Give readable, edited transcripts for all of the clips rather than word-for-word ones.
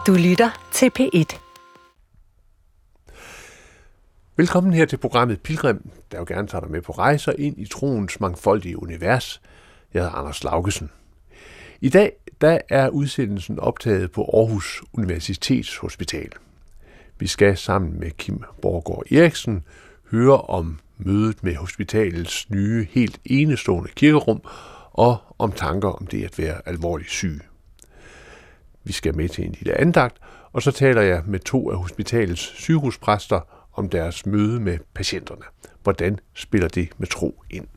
Du lytter til P1. Velkommen her til programmet Pilgrim, der jo gerne tager dig med på rejser ind i troens mangfoldige univers. Jeg hedder Anders Laugesen. I dag der er udsendelsen optaget på Aarhus Universitets Hospital. Vi skal sammen med Kim Borgård Eriksen høre om mødet med hospitalets nye, helt enestående kirkerum og om tanker om det at være alvorligt syg. Vi skal med til en lille andagt, og så taler jeg med 2 af hospitalets sygehuspræster om deres møde med patienterne. Hvordan spiller det med tro ind?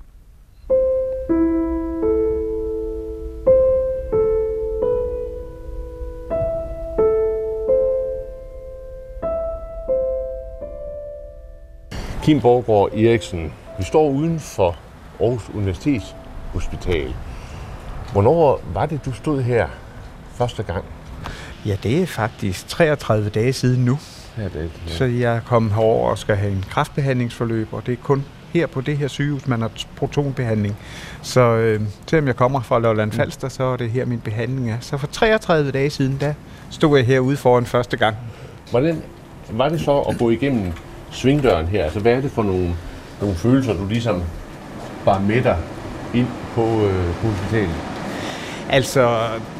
Kim Borgård Eriksen, vi står uden for Aarhus Universitets Hospital. Hvornår var det, du stod her første gang? Ja, det er faktisk 33 dage siden nu. Ja. Så jeg er kommet herover og skal have en kræftbehandlingsforløb, og det er kun her på det her sygehus, man har protonbehandling. Så selvom jeg kommer fra Lolland Falster, så er det her min behandling er. Så for 33 dage siden, der stod jeg herude foran første gang. Hvordan var det så at gå igennem svingdøren her? Altså, hvad er det for nogle følelser, du ligesom bare med dig ind på hospitalet? Altså,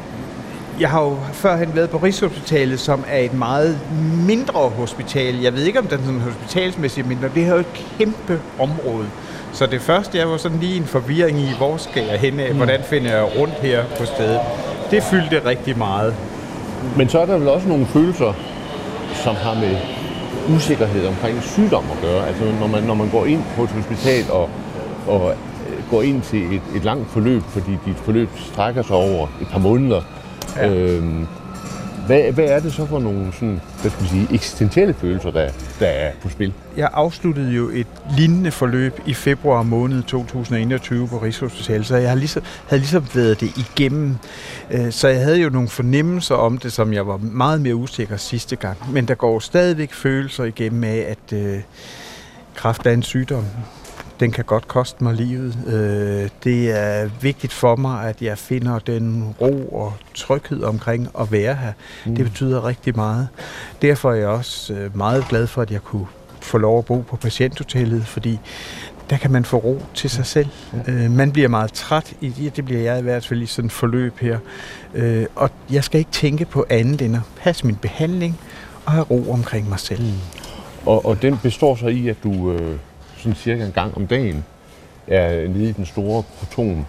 jeg har jo førhen været på Rigshospitalet, som er et meget mindre hospital. Jeg ved ikke, om det er sådan hospitalsmæssigt mindre. Det er jo et kæmpe område. Så det første, jeg var sådan lige en forvirring i, hvor skal jeg hen af? Hvordan finder jeg rundt her på stedet? Det fyldte rigtig meget. Men så er der vel også nogle følelser, som har med usikkerhed omkring sygdom at gøre. Altså når man går ind på et hospital og går ind til et langt forløb, fordi dit forløb strækker sig over et par måneder. Ja. Hvad er det så for nogle sådan, eksistentielle følelser, der er på spil? Jeg afsluttede jo et lignende forløb i februar måned 2021 på Rigshospitalet, så jeg havde ligesom været det igennem. Så jeg havde jo nogle fornemmelser om det, som jeg var meget mere usikker sidste gang. Men der går stadigvæk følelser igennem af, at kræft er en sygdom. Den kan godt koste mig livet. Det er vigtigt for mig, at jeg finder den ro og tryghed omkring at være her. Det betyder rigtig meget. Derfor er jeg også meget glad for, at jeg kunne få lov at bo på patienthotellet, fordi der kan man få ro til sig selv. Man bliver meget træt i det bliver jeg i hvert fald i sådan et forløb her. Og jeg skal ikke tænke på andet end at passe min behandling og have ro omkring mig selv. Og den består så i, at du sådan cirka en gang om dagen er nede i den store proton,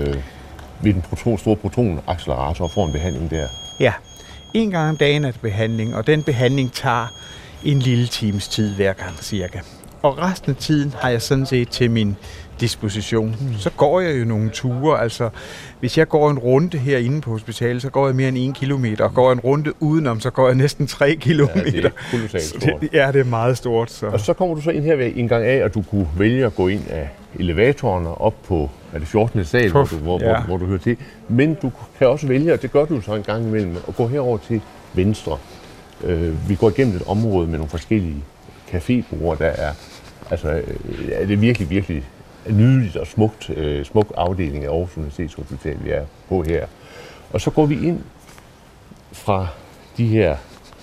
ved den store protonaccelerator og får en behandling der. Ja, en gang om dagen er det behandling, og den behandling tager en lille times tid hver gang cirka. Og resten af tiden har jeg sådan set til min disposition. Så går jeg jo nogle ture, altså hvis jeg går en runde herinde på hospitalet, så går jeg mere end 1 kilometer, og går jeg en runde udenom, så går jeg næsten 3 kilometer. Ja, det er kolossalt stort. Ja, det er meget stort. Så. Og så kommer du så ind her ved en gang af, og du kunne vælge at gå ind af elevatoren og op på 14. sal, hvor du hører til. Men du kan også vælge, og det gør du så en gang imellem, at gå herover til venstre. Vi går igennem et område med nogle forskellige cafébruger, der er, altså, er det virkelig, virkelig nydeligt og smuk afdeling af Aarhus Universitets Hospital, vi er på her. Og så går vi ind fra de her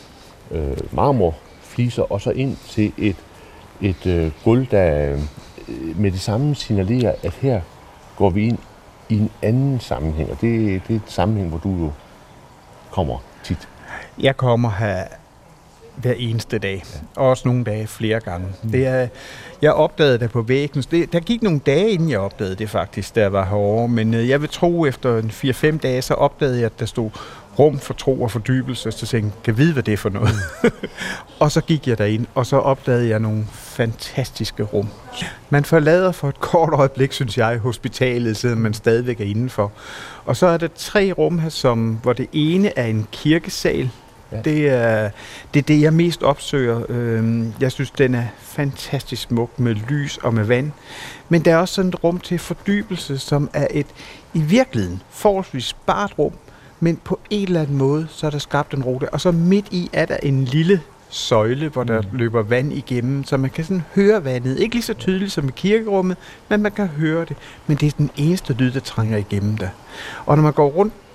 marmorfliser og så ind til et gulv, der med det samme signalerer, at her går vi ind i en anden sammenhæng, og det er et sammenhæng, hvor du jo kommer tit. Jeg kommer her hver eneste dag, og også nogle dage flere gange. Jeg opdagede det på væggen. Der gik nogle dage, inden jeg opdagede det faktisk, da jeg var herovre, men jeg vil tro, efter 4-5 dage, så opdagede jeg, at der stod rum for tro og fordybelse, så tænkte jeg, kan vide, hvad det er for noget. Og så gik jeg derind, og så opdagede jeg nogle fantastiske rum. Man forlader for et kort øjeblik, synes jeg, hospitalet, selvom man stadigvæk er indenfor. Og så er der 3 rum her, hvor det ene er en kirkesal. Ja. Det er det, jeg mest opsøger. Jeg synes, den er fantastisk smuk med lys og med vand. Men der er også sådan et rum til fordybelse, som er et i virkeligheden forholdsvis spart rum, men på en eller anden måde, så er der skabt en ro der. Og så midt i er der en lille søjle, hvor der løber vand igennem, så man kan sådan høre vandet. Ikke lige så tydeligt som i kirkerummet, men man kan høre det. Men det er den eneste lyd, der trænger igennem der. Og når man går rundt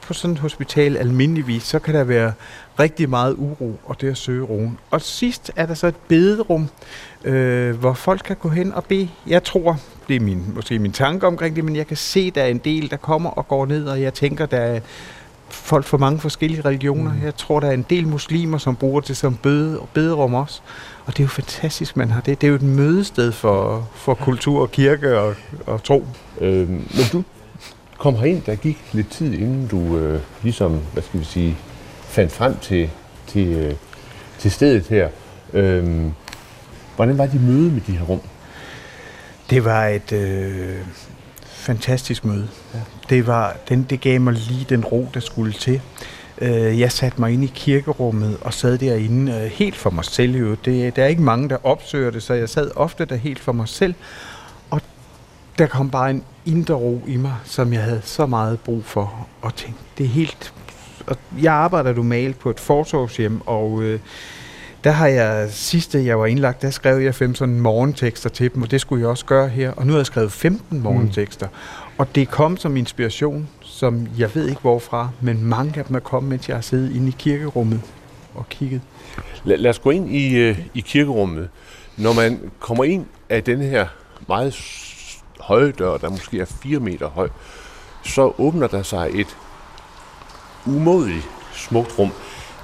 på sådan et hospital almindeligvis, så kan der være rigtig meget uro, og det at søge roen. Og sidst er der så et bederum, hvor folk kan gå hen og bede. Jeg tror, det er måske min tanke omkring det, men jeg kan se, der er en del, der kommer og går ned, og jeg tænker, der er folk fra mange forskellige religioner. Jeg tror, der er en del muslimer, som bruger det som bederum også. Og det er jo fantastisk, man har det. Det er jo et mødested for kultur og kirke og tro. Men du kom herind, der gik lidt tid, inden du ligesom, fandt frem til stedet her. Hvordan var dit møde med de her rum? Det var et fantastisk møde. Ja. Det gav mig lige den ro, der skulle til. Jeg satte mig ind i kirkerummet og sad derinde helt for mig selv. Der er ikke mange, der opsøger det, så jeg sad ofte der helt for mig selv. Og der kom bare en indre ro i mig, som jeg havde så meget brug for. Og tænkte, det er helt... Og jeg arbejder normalt på et forsorgshjem, og der har jeg, sidste jeg var indlagt, der skrev jeg 5 sådan morgentekster til dem, og det skulle jeg også gøre her. Og nu har jeg skrevet 15 morgentekster. Og det kom som inspiration, som jeg ved ikke hvorfra, men mange af dem er kommet, mens jeg har siddet inde i kirkerummet og kigget. Lad os gå ind i kirkerummet. Når man kommer ind af den her meget høje dør, der måske er 4 meter høj, så åbner der sig et umådeligt smukt rum.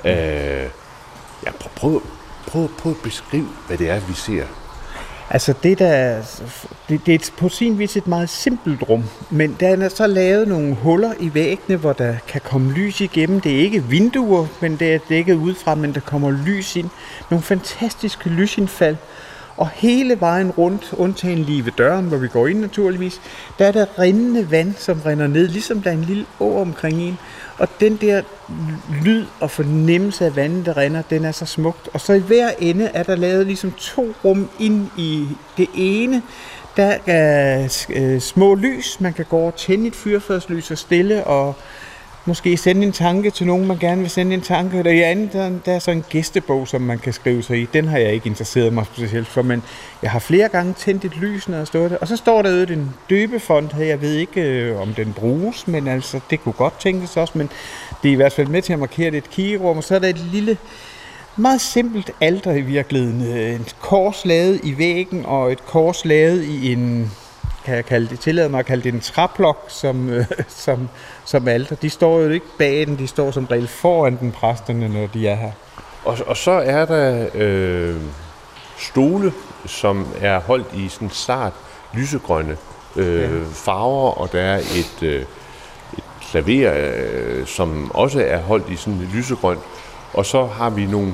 Prøv at beskrive, hvad det er, vi ser. Altså det er på sin vis et meget simpelt rum, men der er så lavet nogle huller i væggene, hvor der kan komme lys igennem. Det er ikke vinduer, men det er dækket udefra, men der kommer lys ind. Nogle fantastiske lysindfald. Og hele vejen rundt, undtagen lige ved døren, hvor vi går ind naturligvis, der er der rindende vand, som rinder ned, ligesom der er en lille å omkring en. Og den der lyd og fornemmelse af vandet, der rinder, den er så smukt. Og så i hver ende er der lavet ligesom 2 rum ind i det ene. Der er små lys, man kan gå og tænde et fyrfadslys og stille og måske sende en tanke til nogen, man gerne vil sende en tanke. Og i anden, der er så en gæstebog, som man kan skrive sig i. Den har jeg ikke interesseret mig specielt for, men jeg har flere gange tændt et lys, når jeg står der. Og så står der en døbefont her. Jeg ved ikke, om den bruges, men altså, det kunne godt tænkes også. Men det er i hvert fald med til at markere det et kirkerum. Og så er der et lille, meget simpelt alter i virkeligheden. Et kors lavet i væggen, og et kors lavet i en... tillade mig at kalde det en træblok som alter. De står jo ikke bag den, de står som regel foran den præsterne, når de er her. Og så er der stole, som er holdt i sådan sart lysegrønne farver, og der er et klaver, som også er holdt i sådan lysegrønt. Og så har vi nogle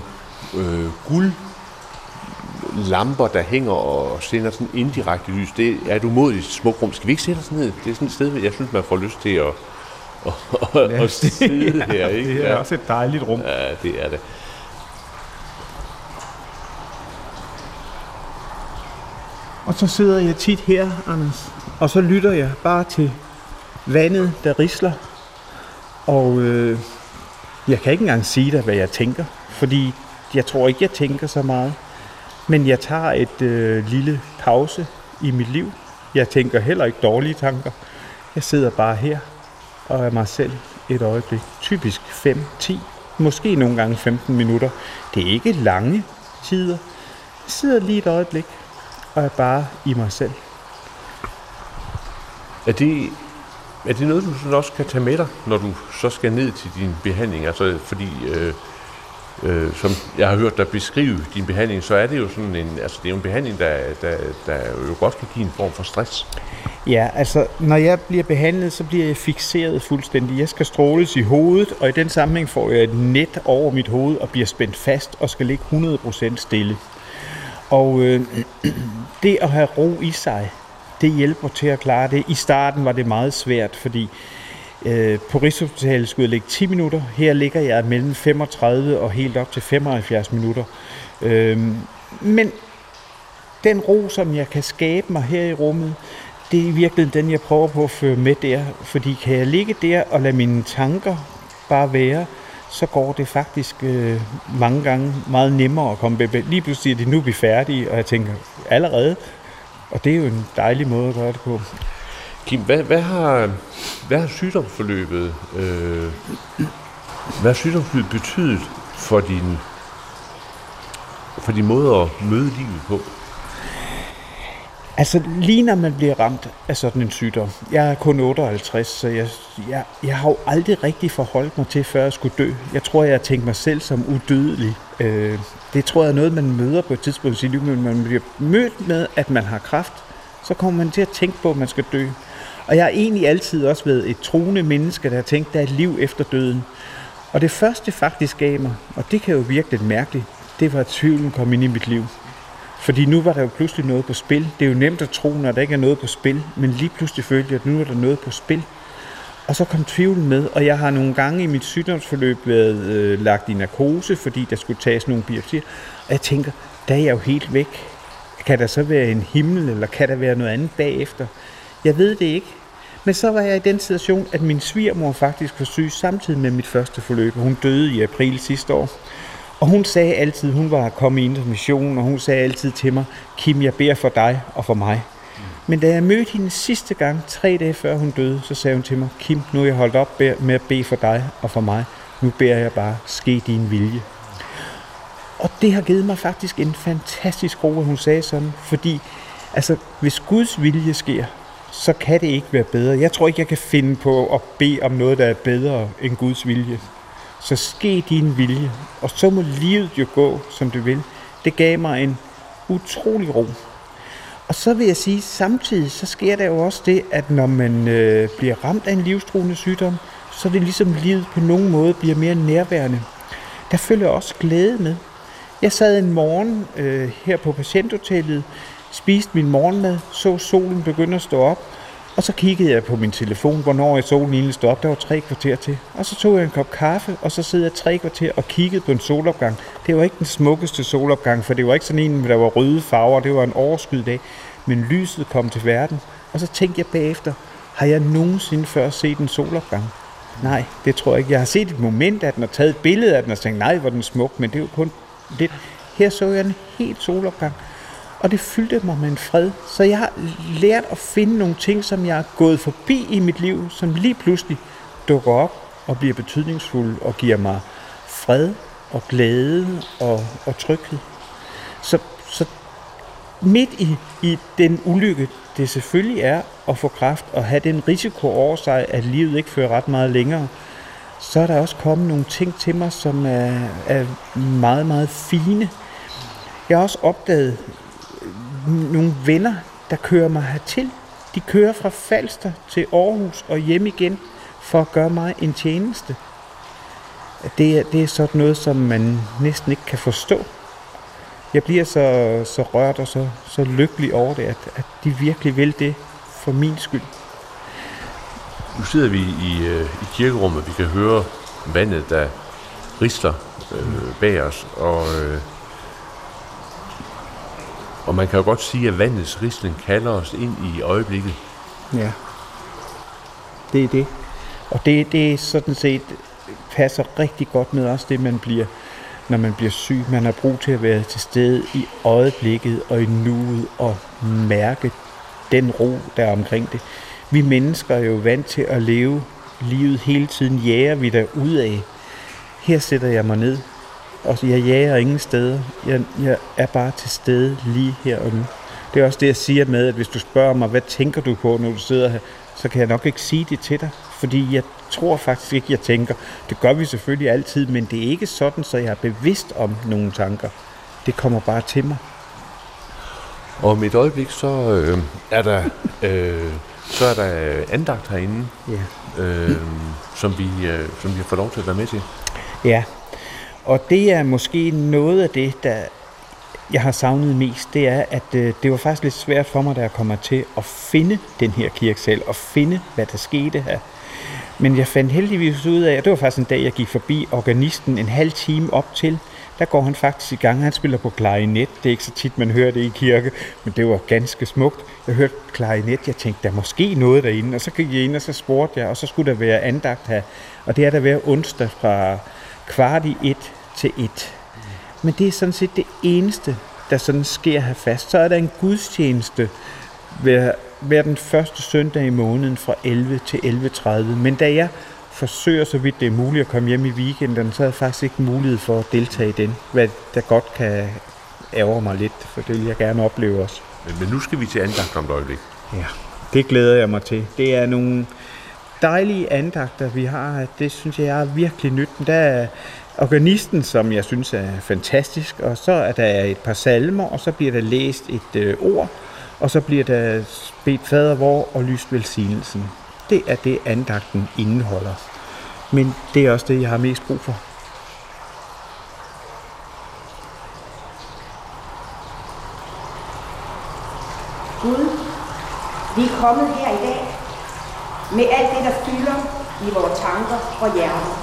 lamper, der hænger og sender sådan indirekte lys. Det er et umådeligt smukt rum. Skal vi ikke sætte os ned? Det er sådan et sted, jeg synes, man får lyst til at sidde her. Ikke? Det er også et dejligt rum. Ja, det er det. Og så sidder jeg tit her, Anders, og så lytter jeg bare til vandet, der risler. Og jeg kan ikke engang sige dig, hvad jeg tænker, fordi jeg tror ikke, jeg tænker så meget. Men jeg tager et lille pause i mit liv. Jeg tænker heller ikke dårlige tanker. Jeg sidder bare her og er mig selv et øjeblik. Typisk 5, 10, måske nogle gange 15 minutter. Det er ikke lange tider. Jeg sidder lige et øjeblik og er bare i mig selv. Er det noget, du sådan også kan tage med dig, når du så skal ned til din behandling? Altså, fordi... som jeg har hørt dig beskrive din behandling, så er det jo sådan det er jo en behandling, der jo godt kan give en form for stress. Ja, altså når jeg bliver behandlet, så bliver jeg fikseret fuldstændig. Jeg skal stråles i hovedet, og i den sammenhæng får jeg et net over mit hoved og bliver spændt fast og skal ligge 100% stille. Og det at have ro i sig, det hjælper til at klare det. I starten var det meget svært, fordi på Rigshospitalet skulle jeg ligge 10 minutter. Her ligger jeg mellem 35 og helt op til 75 minutter. Men den ro, som jeg kan skabe mig her i rummet, det er i virkeligheden den, jeg prøver på at føre med der. Fordi kan jeg ligge der og lade mine tanker bare være, så går det faktisk mange gange meget nemmere at komme med. Lige pludselig er det nu, vi er færdige, og jeg tænker allerede. Og det er jo en dejlig måde at gøre det på. Kim, hvad har sygdomsforløbet betydet for din måde at møde livet på? Altså lige når man bliver ramt af sådan en sygdom. Jeg er kun 58, så jeg har jo aldrig rigtig forholdt mig til, før jeg skulle dø. Jeg tror, jeg har tænkt mig selv som udødelig. Det tror jeg er noget, man møder på et tidspunkt i sit liv, men man bliver mødt med, at man har kræft, så kommer man til at tænke på, at man skal dø. Og jeg har egentlig altid også været et troende menneske, der har tænkt, der er et liv efter døden. Og det første faktisk gav mig, og det kan jo virke lidt mærkeligt, det var, at tvivlen kom ind i mit liv. Fordi nu var der jo pludselig noget på spil. Det er jo nemt at tro, når der ikke er noget på spil, men lige pludselig følte jeg, at nu er der noget på spil. Og så kom tvivlen med, og jeg har nogle gange i mit sygdomsforløb været lagt i narkose, fordi der skulle tages nogle biopsier. Og jeg tænker, der er jeg jo helt væk. Kan der så være en himmel, eller kan der være noget andet bagefter? Jeg ved det ikke. Men så var jeg i den situation, at min svigermor faktisk var syg samtidig med mit første forløb. Hun døde i april sidste år. Og hun sagde altid, hun var kommet i intermission, og hun sagde altid til mig, Kim, jeg beder for dig og for mig. Men da jeg mødte hende sidste gang, 3 dage før hun døde, så sagde hun til mig, Kim, nu er jeg holdt op med at bede for dig og for mig. Nu beder jeg bare, ske din vilje. Og det har givet mig faktisk en fantastisk ro, at hun sagde sådan, fordi altså, hvis Guds vilje sker, så kan det ikke være bedre. Jeg tror ikke, jeg kan finde på at bede om noget, der er bedre end Guds vilje. Så ske din vilje, og så må livet jo gå, som det vil. Det gav mig en utrolig ro. Og så vil jeg sige, samtidig så sker der jo også det, at når man bliver ramt af en livstruende sygdom, så er det ligesom livet på nogen måde bliver mere nærværende. Der følger også glæde med. Jeg sad en morgen her på patienthotellet, spiste min morgenmad, så solen begynde at stå op, og så kiggede jeg på min telefon, hvornår solen egentlig stod op. Der var 3 kvarter til. Og så tog jeg en kop kaffe, og så sidder jeg 3 kvarter og kiggede på en solopgang. Det var ikke den smukkeste solopgang, for det var ikke sådan en, der var røde farver. Det var en overskyet dag. Men lyset kom til verden. Og så tænkte jeg bagefter, har jeg nogensinde før set en solopgang? Nej, det tror jeg ikke. Jeg har set et moment af den og taget et billede af den og tænkt, nej, hvor den smuk, men det er jo kun lidt. Her så jeg en helt solopgang. Og det fyldte mig med en fred. Så jeg har lært at finde nogle ting, som jeg er gået forbi i mit liv, som lige pludselig dukker op og bliver betydningsfulde og giver mig fred og glæde og tryghed. Så midt i den ulykke, det selvfølgelig er at få kræft og have den risiko over sig, at livet ikke fører ret meget længere, så er der også kommet nogle ting til mig, som er meget, meget fine. Jeg har også opdaget nogle venner, der kører mig hertil. De kører fra Falster til Aarhus og hjem igen for at gøre mig en tjeneste. Det er sådan noget, som man næsten ikke kan forstå. Jeg bliver så rørt og så lykkelig over det, at de virkelig vil det for min skyld. Nu sidder vi i kirkerummet, vi kan høre vandet, der risler bag os, og man kan jo godt sige, at vandets risling kalder os ind i øjeblikket. Ja, det er det. Og det er sådan set, passer rigtig godt med også det, man bliver, når man bliver syg. Man har brug til at være til stede i øjeblikket og i nuet og mærke den ro, der er omkring det. Vi mennesker er jo vant til at leve livet hele tiden, jager vi der ud af. Her sætter jeg mig ned, og jeg jager ingen steder. Jeg er bare til stede lige her og nu. Det er også det, jeg siger med, at hvis du spørger mig, hvad tænker du på, når du sidder her, så kan jeg nok ikke sige det til dig, fordi jeg tror faktisk ikke, jeg tænker. Det gør vi selvfølgelig altid, men det er ikke sådan, så jeg er bevidst om nogle tanker. Det kommer bare til mig. Og om et øjeblik, så er der andagt herinde, som vi har fået lov til at være med til. Ja, og det er måske noget af det, der jeg har savnet mest, det er, at det var faktisk lidt svært for mig, da jeg kommer til at finde den her kirkesal, og finde, hvad der skete her. Men jeg fandt heldigvis ud af, at det var faktisk en dag, jeg gik forbi organisten en halv time op til. Der går han faktisk i gang. Han spiller på klarinet. Det er ikke så tit, man hører det i kirke, men det var ganske smukt. Jeg hørte klarinet. Jeg tænkte, der er måske noget derinde. Og så gik jeg ind, og så spurgte jeg, og så skulle der være andagt her. Og det er der hver onsdag fra 12:45 til 1. Men det er sådan set det eneste, der sådan sker her fast. Så er der en gudstjeneste være den første søndag i måneden fra 11 til 11.30. Men da jeg forsøger, så vidt det er muligt, at komme hjem i weekenden, så er jeg faktisk ikke mulighed for at deltage i den, hvad der godt kan ærge mig lidt, for det vil jeg gerne opleve også. Men nu skal vi til andagt om et øjeblik. Ja, det glæder jeg mig til. Det er nogle dejlige andagter, vi har. Det synes jeg er virkelig nytten. Der er organisten, som jeg synes er fantastisk, og så er der et par salmer, og så bliver der læst et ord, og så bliver der bedt fader vor og lyst velsignelsen. Det er det, andagten indeholder. Men det er også det, jeg har mest brug for. Gud, vi er kommet her i dag med alt det, der fylder i vores tanker og hjerter.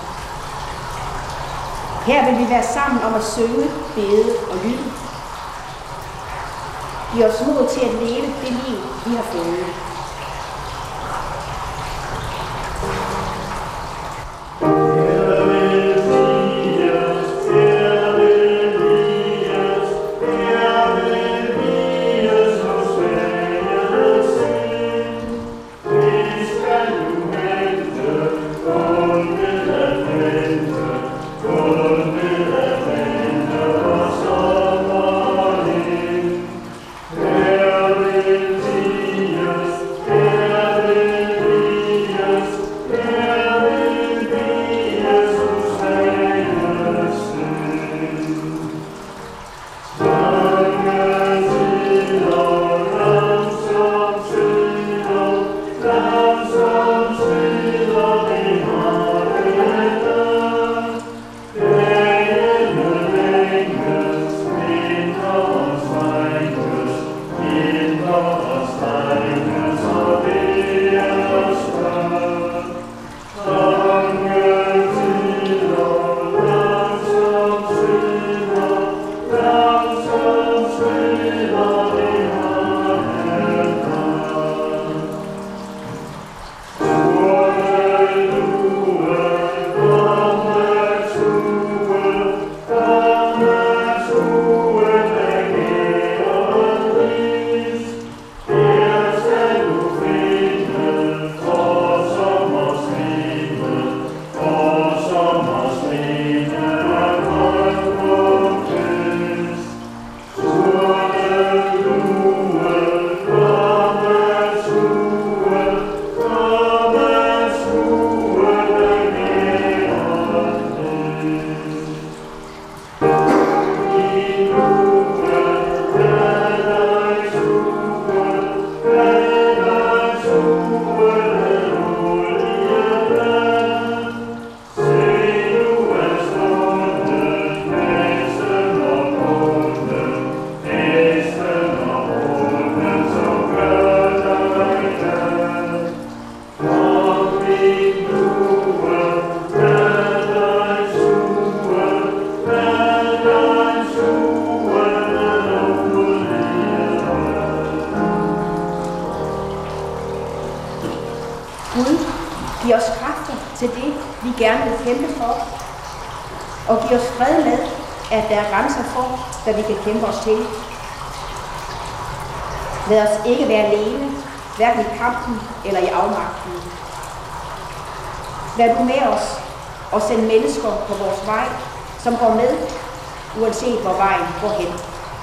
Her vil vi være sammen om at synge, bede og lytte. Giv os mod til at leve det liv, vi har fået. Giv os kræfter til det, vi gerne vil kæmpe for. Og giv os fred med, at der er grænser for, hvad vi kan kæmpe os til. Lad os ikke være alene, hverken i kampen eller i afmagten. Vær du med os og send mennesker på vores vej, som går med, uanset hvor vejen går hen.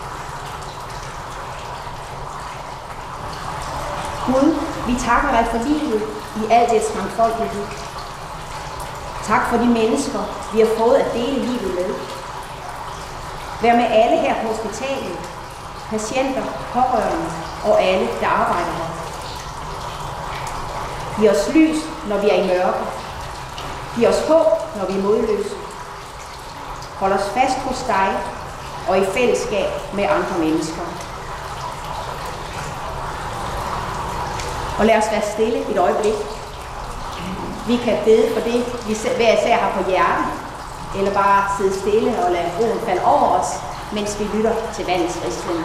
Gud, vi takker dig for livet i al dets mangfoldighed. Tak for de mennesker, vi har fået at dele livet med. Vær med alle her på hospitalet, patienter, pårørende og alle, der arbejder her. Giv os lys, når vi er i mørke. Giv os håb, når vi er modløse. Hold os fast hos dig og i fællesskab med andre mennesker. Og lad os være stille et øjeblik. Vi kan bede for det, vi hver især har på hjertet, eller bare sidde stille og lade roen falde over os, mens vi lytter til vandets risling.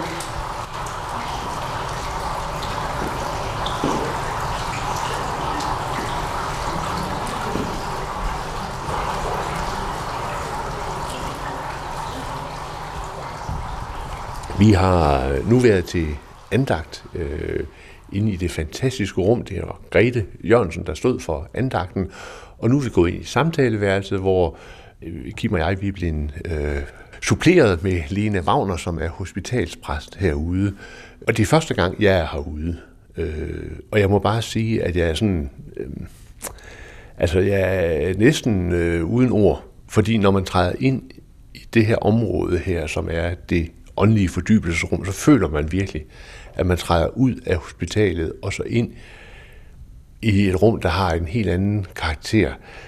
Vi har nu været til andagt inde i det fantastiske rum. Det var Grete Jørgensen, der stod for andagten. Og nu er vi gået ind i samtaleværelset, hvor Kim og jeg vi er blevet suppleret med Lena Wagner, som er hospitalspræst herude. Og det er første gang, jeg er herude. Og jeg må bare sige, at jeg er sådan... jeg er næsten uden ord, fordi når man træder ind i det her område her, som er det åndelige fordybelsesrum, så føler man virkelig, at man træder ud af hospitalet og så ind i et rum, der har en helt anden karakter.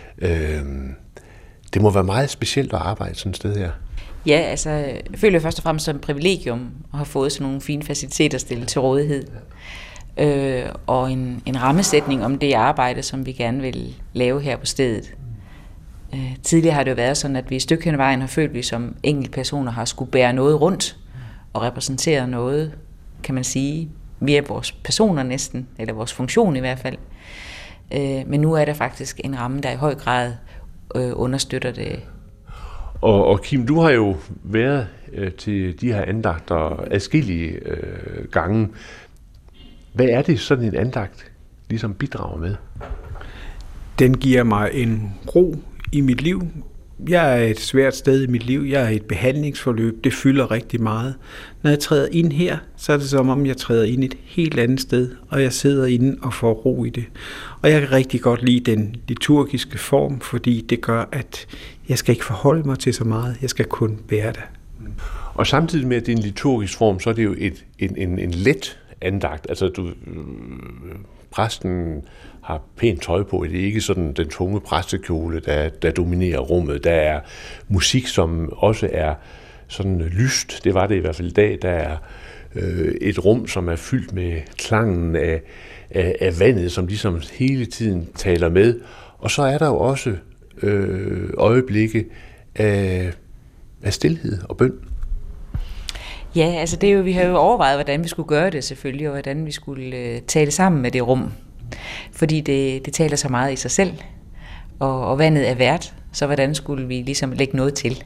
Det må være meget specielt at arbejde sådan et sted her. Ja, altså, jeg føler først og fremmest som privilegium at have fået sådan nogle fine faciliteter stillet til rådighed. Og en rammesætning om det arbejde, som vi gerne vil lave her på stedet. Tidligere har det jo været sådan, at vi i stykke hen ad vejen har følt, at vi som enkeltpersoner har skulle bære noget rundt og repræsentere noget, kan man sige, via vores personer næsten, eller vores funktion i hvert fald. Men nu er der faktisk en ramme, der i høj grad understøtter det. Og Kim, du har jo været til de her andagter adskillige gange. Hvad er det sådan en andagt ligesom bidrager med? Den giver mig en ro i mit liv. Jeg er et svært sted i mit liv. Jeg er i et behandlingsforløb. Det fylder rigtig meget. Når jeg træder ind her, så er det som om, jeg træder ind et helt andet sted, og jeg sidder inde og får ro i det. Og jeg kan rigtig godt lide den liturgiske form, fordi det gør, at jeg skal ikke forholde mig til så meget. Jeg skal kun være der. Og samtidig med, at det er en liturgisk form, så er det jo en let andagt. Altså, præsten har pænt tøj på. Det er ikke sådan den tunge præstekjole, der dominerer rummet. Der er musik, som også er sådan lyst. Det var det i hvert fald i dag. Der er et rum, som er fyldt med klangen af vandet, som ligesom hele tiden taler med. Og så er der jo også øjeblikke af stilhed og bøn. Ja, altså det er jo, vi har jo overvejet, hvordan vi skulle gøre det selvfølgelig, og hvordan vi skulle tale sammen med det rum. Fordi det taler så meget i sig selv, og vandet er vært, så hvordan skulle vi ligesom lægge noget til?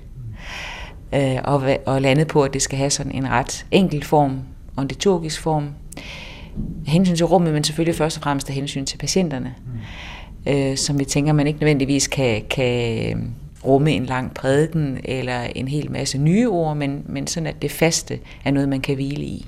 Og landet på, at det skal have sådan en ret enkel form, og en liturgisk form. Hensyn til rummet, men selvfølgelig først og fremmest af hensyn til patienterne, som vi tænker, man ikke nødvendigvis kan rumme en lang prædiken eller en hel masse nye ord, men sådan at det faste er noget, man kan hvile i.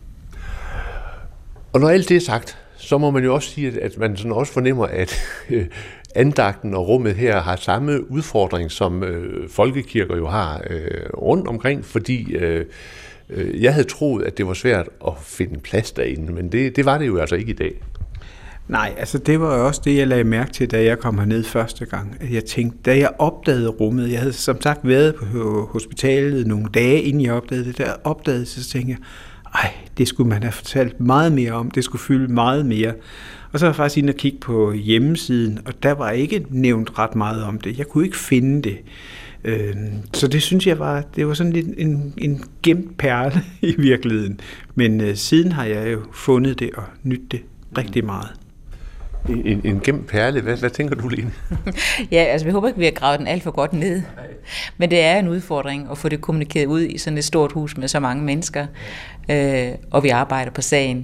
Og når alt det er sagt, så må man jo også sige, at man sådan også fornemmer, at andagten og rummet her har samme udfordring, som folkekirker jo har rundt omkring, fordi jeg havde troet, at det var svært at finde plads derinde, men det var det jo altså ikke i dag. Nej, altså det var også det, jeg lagde mærke til, da jeg kom herned første gang. At jeg tænkte, da jeg opdagede rummet, jeg havde som sagt været på hospitalet nogle dage, inden jeg opdagede det, der opdagede, så tænkte jeg, det skulle man have fortalt meget mere om, det skulle fylde meget mere. Og så var jeg faktisk inde og kigge på hjemmesiden, og der var ikke nævnt ret meget om det. Jeg kunne ikke finde det. Så det synes jeg det var sådan lidt en gemt perle i virkeligheden. Men siden har jeg jo fundet det og nydt det rigtig meget. En gemt perle? Hvad tænker du, Lene? Ja, altså vi håber ikke, vi har gravet den alt for godt ned. Men det er en udfordring at få det kommunikeret ud i sådan et stort hus med så mange mennesker. Og vi arbejder på sagen.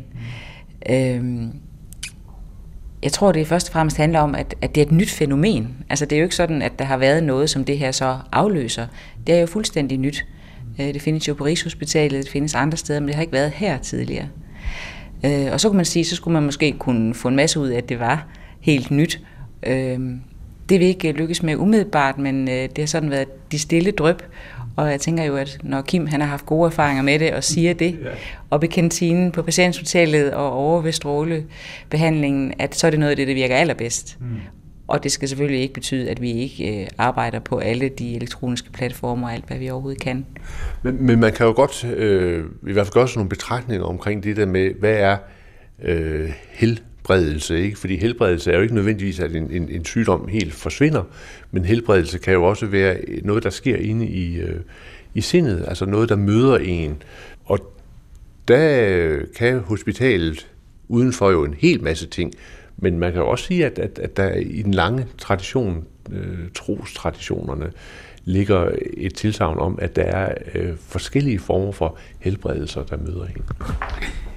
Jeg tror, det først og fremmest handler om, at det er et nyt fænomen. Altså det er jo ikke sådan, at der har været noget, som det her så afløser. Det er jo fuldstændig nyt. Det findes jo på Rigshospitalet, det findes andre steder, men det har ikke været her tidligere. Og så kunne man sige, så skulle man måske kunne få en masse ud af, at det var helt nyt. Det vil ikke lykkes med umiddelbart, men det har sådan været de stille dryp. Og jeg tænker jo, at når Kim han har haft gode erfaringer med det og siger det, og i kantinen på patienthotellet og over ved strålebehandlingen, at så er det noget af det, der virker allerbedst. Og det skal selvfølgelig ikke betyde, at vi ikke arbejder på alle de elektroniske platformer og alt, hvad vi overhovedet kan. Men man kan jo godt i hvert fald gøre sådan nogle betragtninger omkring det der med, hvad er helbredelse, ikke? Fordi helbredelse er jo ikke nødvendigvis, at en sygdom helt forsvinder, men helbredelse kan jo også være noget, der sker inde i sindet, altså noget, der møder en. Og der kan hospitalet udenfor jo en hel masse ting, men man kan jo også sige, at der i den lange tradition, trostraditionerne, ligger et tilsagn om, at der er forskellige former for helbredelser, der møder en.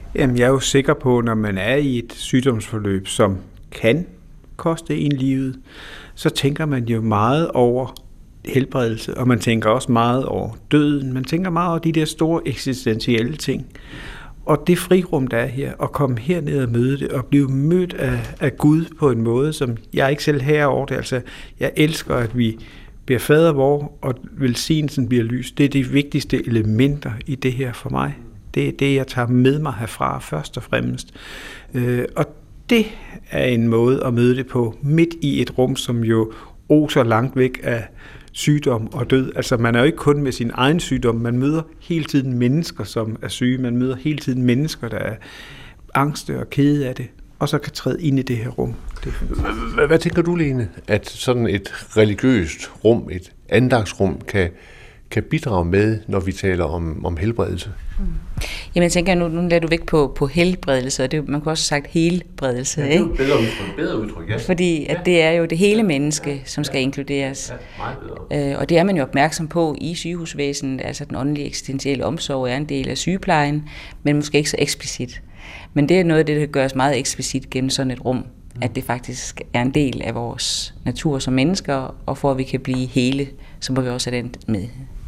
Jamen, jeg er jo sikker på, når man er i et sygdomsforløb, som kan koste en livet, så tænker man jo meget over helbredelse, og man tænker også meget over døden. Man tænker meget over de der store eksistentielle ting. Og det frirum, der er her, at komme herned og møde det, og blive mødt af Gud på en måde, som jeg ikke selv herover det. Altså, jeg elsker, at vi bliver fader vor, og velsignelsen bliver lys. Det er de vigtigste elementer i det her for mig. Det er det, jeg tager med mig herfra, først og fremmest. Og det er en måde at møde det på, midt i et rum, som jo oser langt væk af sygdom og død. Altså, man er jo ikke kun med sin egen sygdom, man møder hele tiden mennesker, som er syge. Man møder hele tiden mennesker, der er angste og kede af det, og så kan træde ind i det her rum. Hvad tænker du, Lene, at sådan et religiøst rum, et andagsrum, kan bidrage med, når vi taler om helbredelse? Jamen, jeg tænker, nu lader du vægt på helbredelse, og det, man kunne også have sagt helbredelse, ja, ikke? Bedre udtryk, ja. Fordi at det er jo det hele menneske, som skal inkluderes. Ja, meget bedre. Og det er man jo opmærksom på i sygehusvæsenet, altså den åndelige eksistentielle omsorg er en del af sygeplejen, men måske ikke så eksplicit. Men det er noget af det, der gør os meget eksplicit gennem sådan et rum, at det faktisk er en del af vores natur som mennesker, og for at vi kan blive hele, så må vi også have den med.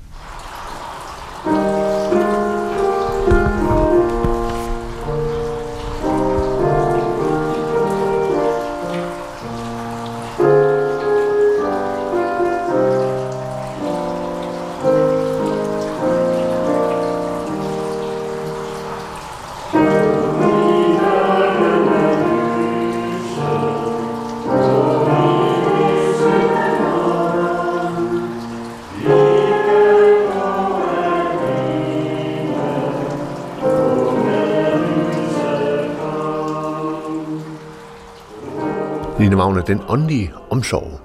Line Wagner, den åndelige omsorg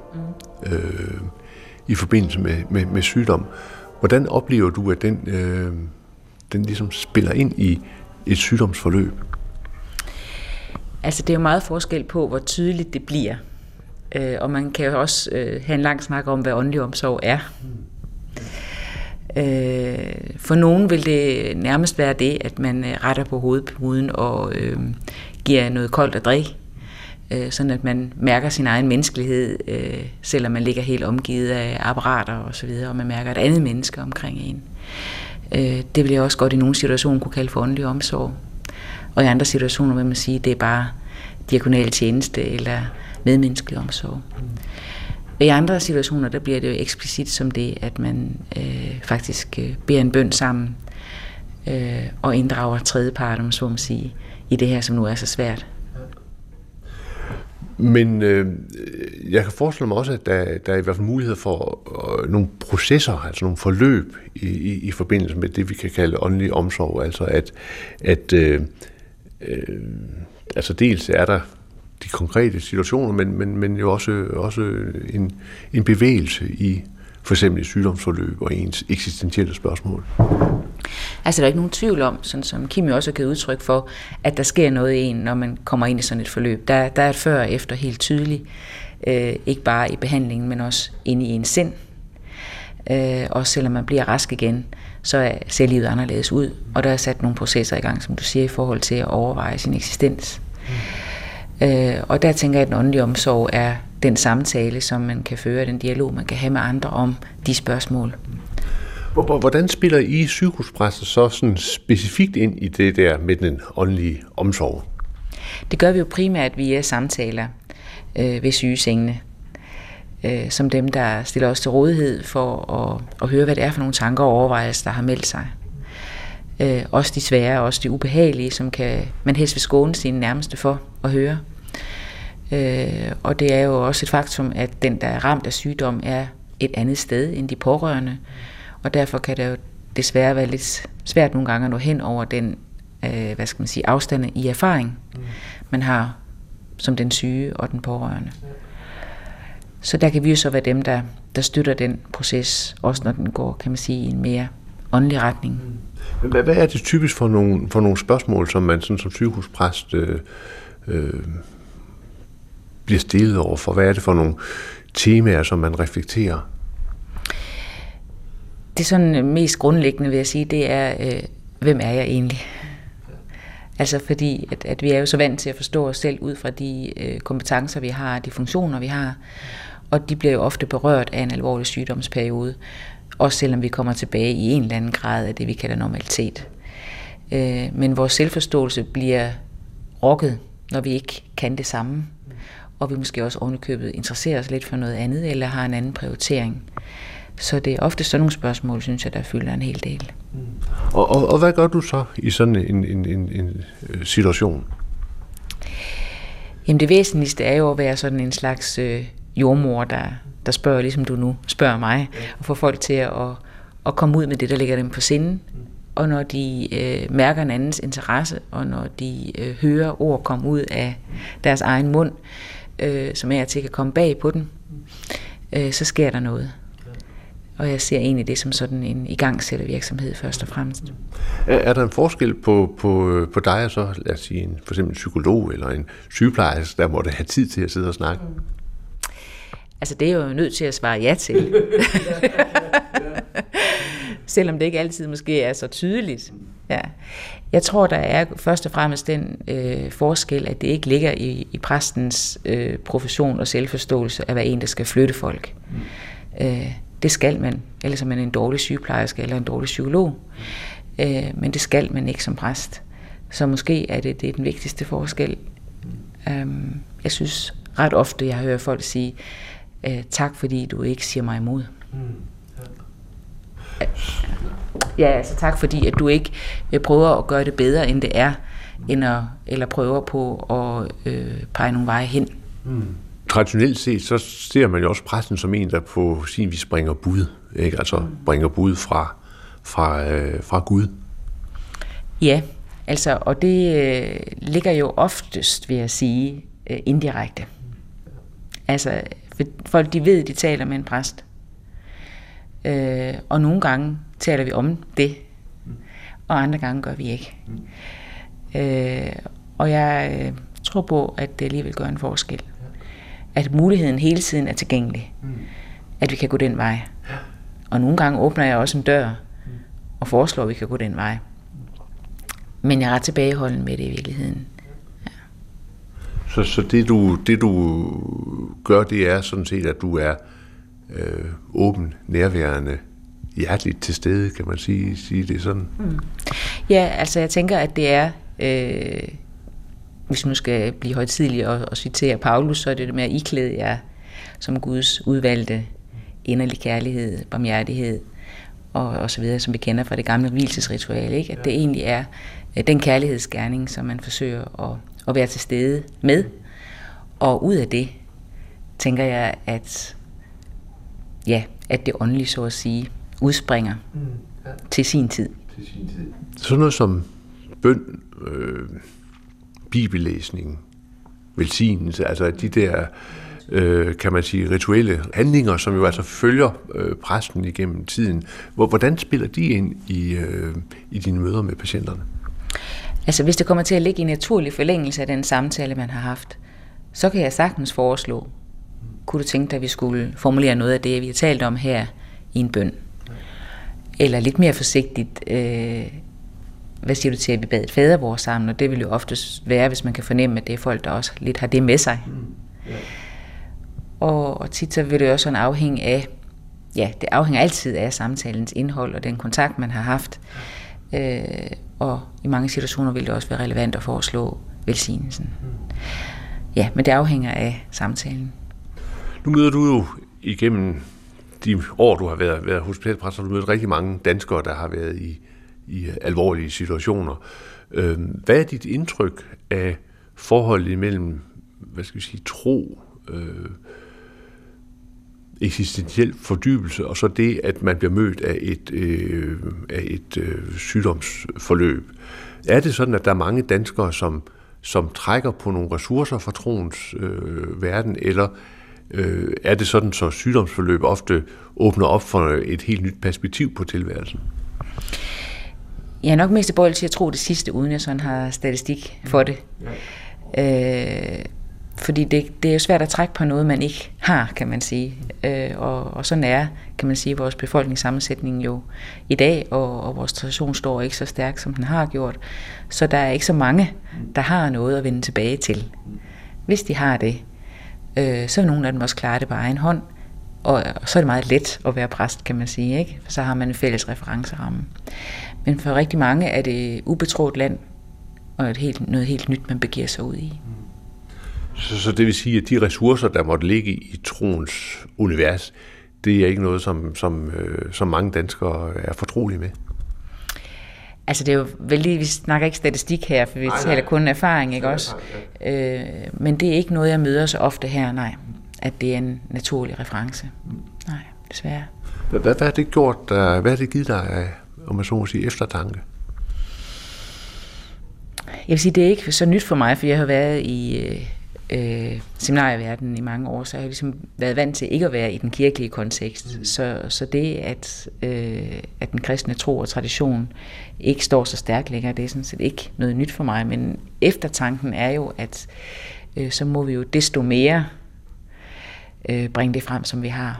i forbindelse med sygdom, hvordan oplever du, at den ligesom spiller ind i et sygdomsforløb? Altså, det er jo meget forskel på, hvor tydeligt det bliver. Og man kan jo også have en lang snak om, hvad åndelig omsorg er. For nogen vil det nærmest være det, at man retter på hovedpuden og giver noget koldt at drikke, sådan at man mærker sin egen menneskelighed, selvom man ligger helt omgivet af apparater og så videre, og man mærker et andet menneske omkring en. Det vil jeg også godt i nogle situationer kunne kalde for åndelig omsorg. Og i andre situationer vil man sige, at det er bare diakonal tjeneste eller medmenneskelig omsorg. I andre situationer, der bliver det jo eksplicit som det, at man faktisk beder en bøn sammen og inddrager tredjepart, om så må sige, i det her, som nu er så svært. Men jeg kan forestille mig også, at der er i hvert fald mulighed for nogle processer, altså nogle forløb i forbindelse med det, vi kan kalde åndelig omsorg. Altså altså dels er der de konkrete situationer, men jo også en bevægelse i for eksempel et sygdomsforløb og ens eksistentielle spørgsmål. Altså, der er ikke nogen tvivl om, sådan som Kim jo også har givet udtryk for, at der sker noget i en, når man kommer ind i sådan et forløb. Der er et før og efter helt tydeligt, ikke bare i behandlingen, men også inde i ens sind. Og selvom man bliver rask igen, så ser livet anderledes ud, og der er sat nogle processer i gang, som du siger, i forhold til at overveje sin eksistens. Og der tænker jeg, at den åndelige omsorg er den samtale, som man kan føre, den dialog, man kan have med andre om de spørgsmål. Hvordan spiller I sygehuspræster så sådan specifikt ind i det der med den åndelige omsorg? Det gør vi jo primært via samtaler ved sygesengene, som dem, der stiller os til rådighed for at høre, hvad det er for nogle tanker og overvejelser, der har meldt sig. Også de svære, også de ubehagelige, som man helst vil skåne sine nærmeste for at høre. Og det er jo også et faktum, at den, der er ramt af sygdom, er et andet sted end de pårørende. Og derfor kan det jo desværre være lidt svært nogle gange at nå hen over den, afstand i erfaring, man har som den syge og den pårørende. Så der kan vi jo så være dem, der støtter den proces, også når den går, kan man sige, i en mere åndelig retning. Hvad er det typisk for nogle spørgsmål, som man sådan som sygehuspræst bliver stillet over for? Hvad er det for nogle temaer, som man reflekterer? Det sådan mest grundlæggende, vil jeg sige, det er, hvem er jeg egentlig? Altså fordi, at vi er jo så vant til at forstå os selv ud fra de kompetencer, vi har, de funktioner, vi har, og de bliver jo ofte berørt af en alvorlig sygdomsperiode, også selvom vi kommer tilbage i en eller anden grad af det, vi kalder normalitet. Men vores selvforståelse bliver rokket, når vi ikke kan det samme, og vi måske også ovenikøbet interesserer os lidt for noget andet, eller har en anden prioritering. Så det er ofte sådan nogle spørgsmål, synes jeg, der fylder en hel del. Og hvad gør du så i sådan en situation? Jamen det væsentligste er jo at være sådan en slags jordmor, der spørger, ligesom du nu spørger mig, og få folk til at komme ud med det, der ligger dem på sinde. Og når de mærker en andens interesse, og når de hører ord komme ud af deres egen mund, som er til at komme bag på den, så sker der noget. Og jeg ser egentlig det som sådan en igangsættervirksomhed først og fremmest. Er der en forskel på dig og så, lad os sige, for eksempel en psykolog eller en sygeplejerske, der måtte have tid til at sidde og snakke? Altså det er jo nødt til at svare ja til. Selvom det ikke altid måske er så tydeligt. Ja. Jeg tror, der er først og fremmest den forskel, at det ikke ligger i præstens profession og selvforståelse at være en, der skal flytte folk. Det skal man, ellers er man en dårlig sygeplejerske eller en dårlig psykolog. Men det skal man ikke som præst. Så måske er det den vigtigste forskel. Jeg synes ret ofte, jeg hører folk sige, tak fordi du ikke siger mig imod. Ja, altså tak fordi, at du ikke prøver at gøre det bedre, end det er, eller prøver på at pege nogle veje hen. Traditionelt set, så ser man jo også præsten som en, der på sin vis bringer bud, ikke? Altså bringer bud fra Gud. Ja, altså, og det ligger jo oftest, vil jeg sige, indirekte. Altså, folk de ved, de taler med en præst. Og nogle gange taler vi om det, og andre gange gør vi ikke. Og jeg tror på, at det alligevel gør en forskel. At muligheden hele tiden er tilgængelig. At vi kan gå den vej. Og nogle gange åbner jeg også en dør, og foreslår, at vi kan gå den vej. Men jeg er ret tilbageholden med det i virkeligheden. Ja. Så det du gør, det er sådan set, at du er åben, nærværende, hjerteligt til stede, kan man sige det sådan? Ja, altså jeg tænker, at det er, hvis nu skal blive højtidlig og citere Paulus, så er det med at iklæde jer som Guds udvalgte inderlig kærlighed, barmhjertighed og så videre, som vi kender fra det gamle vielsesritual, ikke? At det egentlig er den kærlighedsgerning, som man forsøger at være til stede med. Og ud af det, tænker jeg, at det åndelige, så at sige, udspringer til sin tid. Sådan noget som bøn, bibellæsning, velsignelse, altså de der, kan man sige, rituelle handlinger, som jo altså følger præsten igennem tiden. Hvordan spiller de ind i dine møder med patienterne? Altså hvis det kommer til at ligge i naturlig forlængelse af den samtale, man har haft, så kan jeg sagtens foreslå, kunne du tænke dig, at vi skulle formulere noget af det, vi har talt om her i en bøn? Eller lidt mere forsigtigt, hvad siger du til, at vi bad et fadervor sammen? Og det vil jo oftest være, hvis man kan fornemme, at det er folk, der også lidt har det med sig. Og tit så vil det også sådan afhænge af, det afhænger altid af samtalens indhold og den kontakt, man har haft. Og i mange situationer vil det også være relevant at foreslå velsignelsen. Ja, men det afhænger af samtalen. Nu møder du jo igennem de år, du har været hospitalspræst, har du mødt rigtig mange danskere, der har været i alvorlige situationer. Hvad er dit indtryk af forholdet imellem, tro, eksistentiel fordybelse, og så det, at man bliver mødt af et sygdomsforløb? Er det sådan, at der er mange danskere, som trækker på nogle ressourcer fra troens verden, eller er det sådan, så sygdomsforløb ofte åbner op for et helt nyt perspektiv på tilværelsen? Jeg er nok mest tilbøjelig til at tro det sidste, uden jeg sådan har statistik for det. Fordi det er jo svært at trække på noget, man ikke har, kan man sige. Og sådan er, kan man sige, vores befolkningssammensætning jo i dag, og vores tradition står ikke så stærkt, som den har gjort. Så der er ikke så mange, der har noget at vende tilbage til. Hvis de har det, så er nogle af dem også klare det på egen hånd. Og så er det meget let at være præst, kan man sige, ikke? For så har man en fælles referenceramme. Men for rigtig mange er det ubetrådt land, og noget helt nyt, man begiver sig ud i. Så det vil sige, at de ressourcer, der måtte ligge i troens univers, det er ikke noget, som mange danskere er fortrolige med? Altså det er jo vældig, vi snakker ikke statistik her, for vi taler kun erfaring, ikke også? Men det er ikke noget, jeg møder så ofte her, nej. At det er en naturlig reference. Nej, desværre. Hvad har det gjort, hvad har det givet dig, om man så må sige, eftertanke? Jeg vil sige, det er ikke så nyt for mig, for jeg har været i seminarieverdenen i mange år, så jeg har ligesom været vant til ikke at være i den kirkelige kontekst. Så det, at den kristne tro og tradition ikke står så stærkt længere, det er sådan set ikke noget nyt for mig, men eftertanken er jo, at så må vi jo desto mere bringe det frem, som vi har.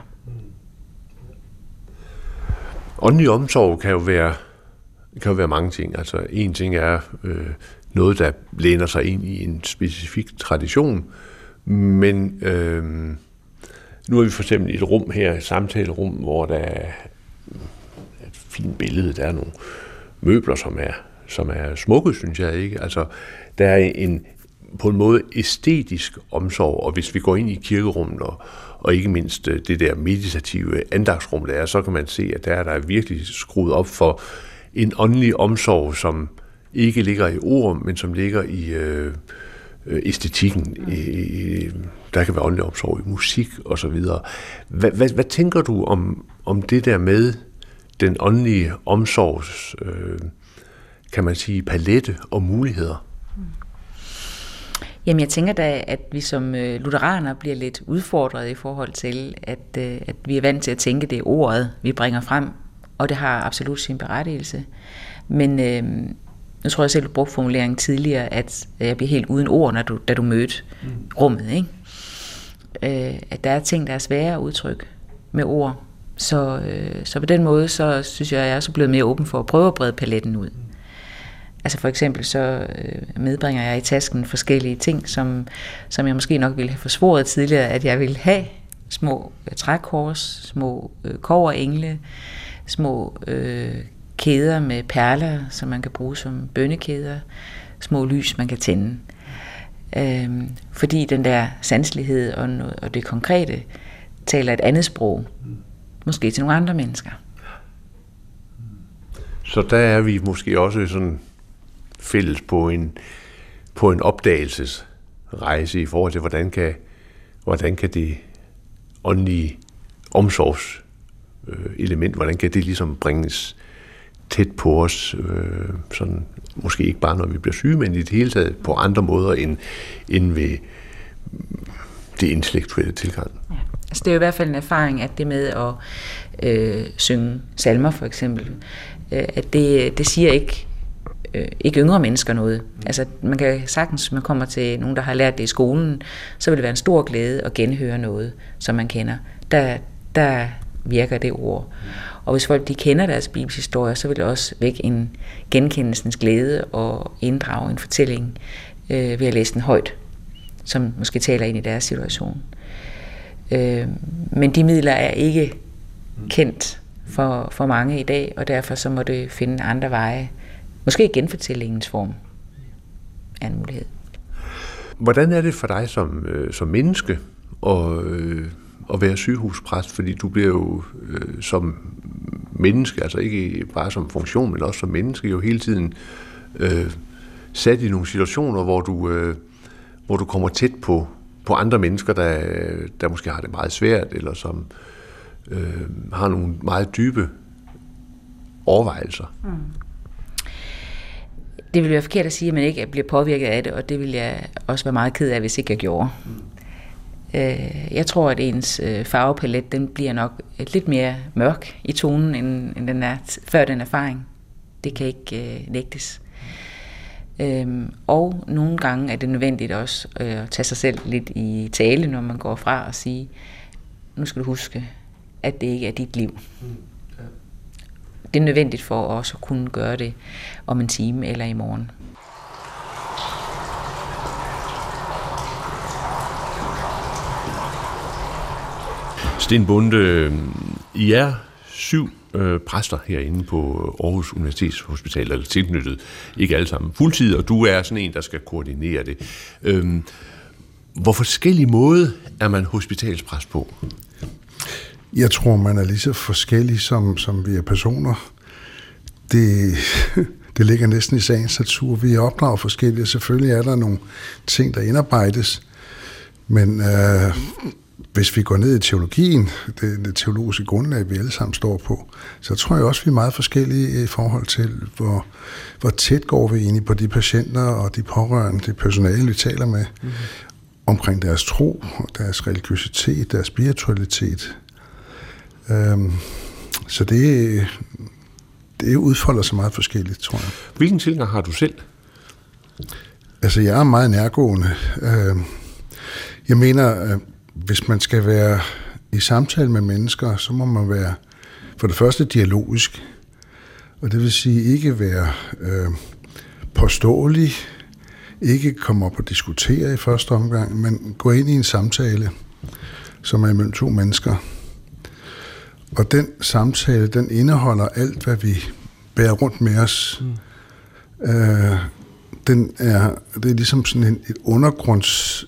Åndelig omsorg kan jo være mange ting. Altså en ting er noget, der læner sig ind i en specifik tradition, men nu er vi for eksempel i et rum her, et samtalerum, hvor der er et fint billede, der er nogle møbler, som er smukke, synes jeg ikke. Altså der er på en måde æstetisk omsorg, og hvis vi går ind i kirkerummet, og ikke mindst det der meditative andagsrum, der er, så kan man se, at der er virkelig skruet op for en åndelig omsorg, som ikke ligger i ord, men som ligger i æstetikken. Der kan være åndelig omsorg i musik og så videre. Hvad tænker du om det der med den åndelige omsorgs, kan man sige, palette og muligheder? Jamen jeg tænker da, at vi som lutheraner bliver lidt udfordret i forhold til, at vi er vant til at tænke, det er ordet, vi bringer frem, og det har absolut sin berettigelse. Men nu tror jeg selv, du brugte formuleringen tidligere, at jeg bliver helt uden ord, da du mødte rummet, ikke? At der er ting, der er svære at udtrykke med ord. Så på den måde, så synes jeg er så blevet mere åben for at prøve at brede paletten ud. Altså for eksempel så medbringer jeg i tasken forskellige ting, som jeg måske nok ville have forsvoret tidligere, at jeg ville have. Små trækors, små kobberengle, små kæder med perler, som man kan bruge som bønnekæder, små lys, man kan tænde. Fordi den der sanselighed og det konkrete taler et andet sprog, måske til nogle andre mennesker. Så der er vi måske også sådan fælles på en opdagelsesrejse i forhold til, hvordan kan det åndelige omsorgselement, hvordan kan det ligesom bringes tæt på os, sådan, måske ikke bare når vi bliver syge, men i det hele taget på andre måder end ved det intellektuelle tilgang. Ja. Altså det er jo i hvert fald en erfaring, at det med at synge salmer for eksempel, at det siger ikke yngre mennesker noget. Altså man kan sagtens, man kommer til nogen, der har lært det i skolen, så vil det være en stor glæde at genhøre noget, som man kender. Der virker det ord. Og hvis folk de kender deres bibelshistorie, så vil det også vække en genkendelsens glæde og inddrage en fortælling ved at læse den højt, som måske taler ind i deres situation. Men de midler er ikke kendt for mange i dag, og derfor så må det finde andre veje. Måske genfortællingens form er en mulighed. Hvordan er det for dig som menneske at være sygehuspræst? Fordi du bliver jo som menneske, altså ikke bare som funktion, men også som menneske, jo hele tiden sat i nogle situationer, hvor du kommer tæt på andre mennesker, der måske har det meget svært, eller som har nogle meget dybe overvejelser. Det vil være forkert at sige, at man ikke bliver påvirket af det, og det vil jeg også være meget ked af, hvis ikke jeg gjorde. Jeg tror, at ens farvepalet, den bliver nok lidt mere mørk i tonen, end den er før den erfaring. Det kan ikke nægtes. Og nogle gange er det nødvendigt også at tage sig selv lidt i tale, når man går fra og sige, nu skal du huske, at det ikke er dit liv. Det er nødvendigt for os at kunne gøre det om en time eller i morgen. Sten Bonde, I er 7 præster herinde på Aarhus Universitetshospital, eller tilknyttet, ikke alle sammen fuldtid, og du er sådan en, der skal koordinere det. Hvor forskellig måde er man hospitalspræst på? Jeg tror, man er lige så forskellig, som vi er personer. Det ligger næsten i sagens natur. Vi er opdraget forskellige. Selvfølgelig er der nogle ting, der indarbejdes, men hvis vi går ned i teologien, det teologiske grundlag, vi alle sammen står på, så tror jeg også, vi er meget forskellige i forhold til, hvor tæt går vi egentlig på de patienter og de pårørende, det personale, vi taler med, omkring deres tro, deres religiøsitet, deres spiritualitet. Så det udfolder sig meget forskelligt, tror jeg. Hvilken tilgang har du selv? Altså, jeg er meget nærgående. Jeg mener, hvis man skal være i samtale med mennesker, så må man være for det første dialogisk, og det vil sige ikke være påståelig, ikke komme op og diskutere i første omgang, men gå ind i en samtale, som er mellem 2 mennesker. Og den samtale, den indeholder alt, hvad vi bærer rundt med os. Det er ligesom sådan et undergrunds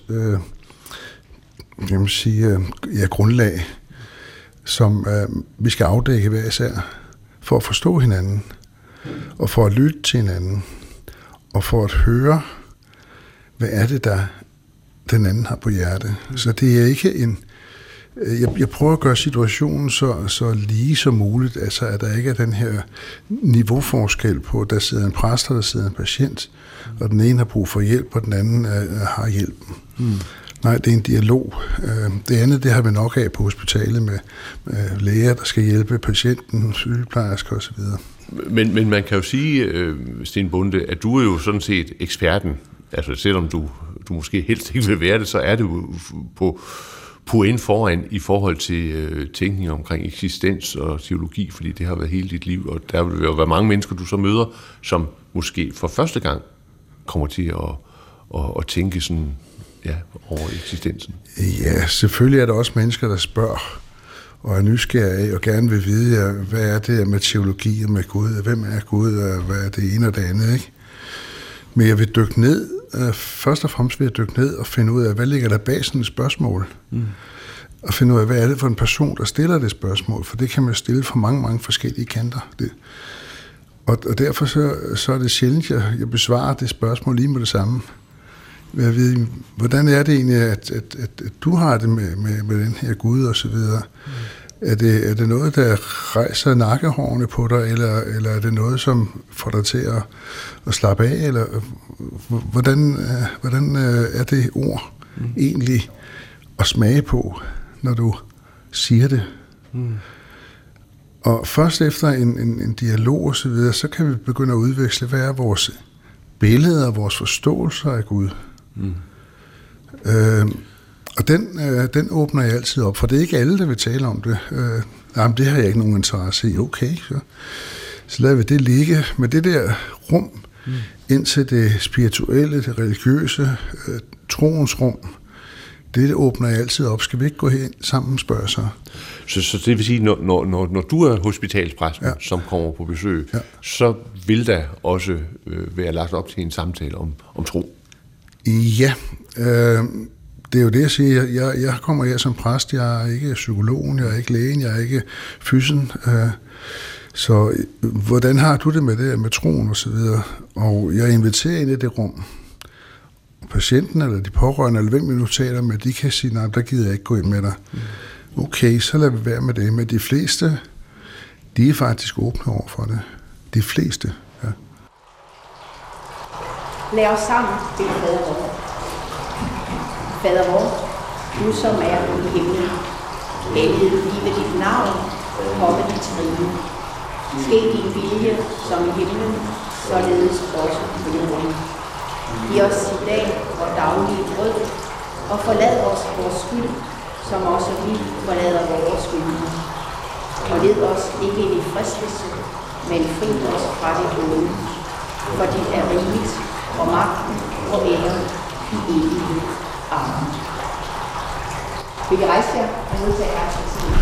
grundlag, som vi skal afdække hver især, for at forstå hinanden, og for at lytte til hinanden, og for at høre, hvad er det, der den anden har på hjerte. Så det er ikke jeg prøver at gøre situationen så lige som muligt, altså at der ikke er den her niveauforskel på, der sidder en præst, og der sidder en patient, og den ene har brug for hjælp, og den anden har hjælpen. Nej, det er en dialog. Det andet, det har vi nok af på hospitalet med læger, der skal hjælpe patienten, sygeplejersker osv. Men man kan jo sige, Sten Bonde, at du er jo sådan set eksperten. Altså selvom du måske helst ikke vil være det, så er det jo på point foran i forhold til tænkning omkring eksistens og teologi, fordi det har været hele dit liv, og der vil jo være mange mennesker, du så møder, som måske for første gang kommer til at tænke sådan, ja, over eksistensen. Ja, selvfølgelig er der også mennesker, der spørger og er nysgerrige og gerne vil vide, hvad er det med teologi og med Gud, hvem er Gud, og hvad er det ene og det andet, ikke? Men jeg vil dykke ned, først og fremmest vil jeg dykke ned og finde ud af, hvad ligger der bag sådan et spørgsmål. Og finde ud af, hvad er det for en person, der stiller det spørgsmål, for det kan man stille fra mange, mange forskellige kanter. Og derfor så er det sjældent, jeg besvarer det spørgsmål lige med det samme. Jeg ved, hvordan er det egentlig, at du har det med den her Gud og så videre? Er det noget, der rejser nakkehårene på dig, eller er det noget, som får dig til at slappe af? Eller hvordan er det ord egentlig at smage på, når du siger det? Og først efter en dialog og så videre, så kan vi begynde at udveksle, hvad er vores billeder og vores forståelser af Gud. Og den åbner jeg altid op, for det er ikke alle, der vil tale om det. Jamen, det har jeg ikke nogen interesse i. Okay, så lader vi det ligge. Men det der rum ind til det spirituelle, det religiøse, troens rum, det åbner jeg altid op. Skal vi ikke gå hen sammen, spørger sig. Så det vil sige, når du er hospitalspræsten, som kommer på besøg, så vil der også være lagt op til en samtale om tro? Ja, det er jo det, jeg siger. Jeg kommer her som præst. Jeg er ikke psykologen, jeg er ikke lægen, jeg er ikke fysen. Så hvordan har du det med det, med troen og så videre? Og jeg inviterer ind i det rum. Patienten eller de pårørende, eller hvem vi nu taler med, de kan sige, nej, der gider jeg ikke gå ind med dig. Okay, så lad vi være med det. Men de fleste, de er faktisk åbne over for det. De fleste, ja. Lad os sammen bede fader vor. Fader vor, du som er i himlen, helliget blive dit navn, komme dit rige. Ske din vilje som i himlen, således også på jorden. Giv os i dag vores daglige brød, og forlad os vores skyld, som også vi forlader vores skyldige. Og led os ikke ind i fristelse, men fri os fra det onde. For dit er rigeligt, og magten og æren i evighed. Amen. Vil I rejse jer og modtage jeres velsignelse?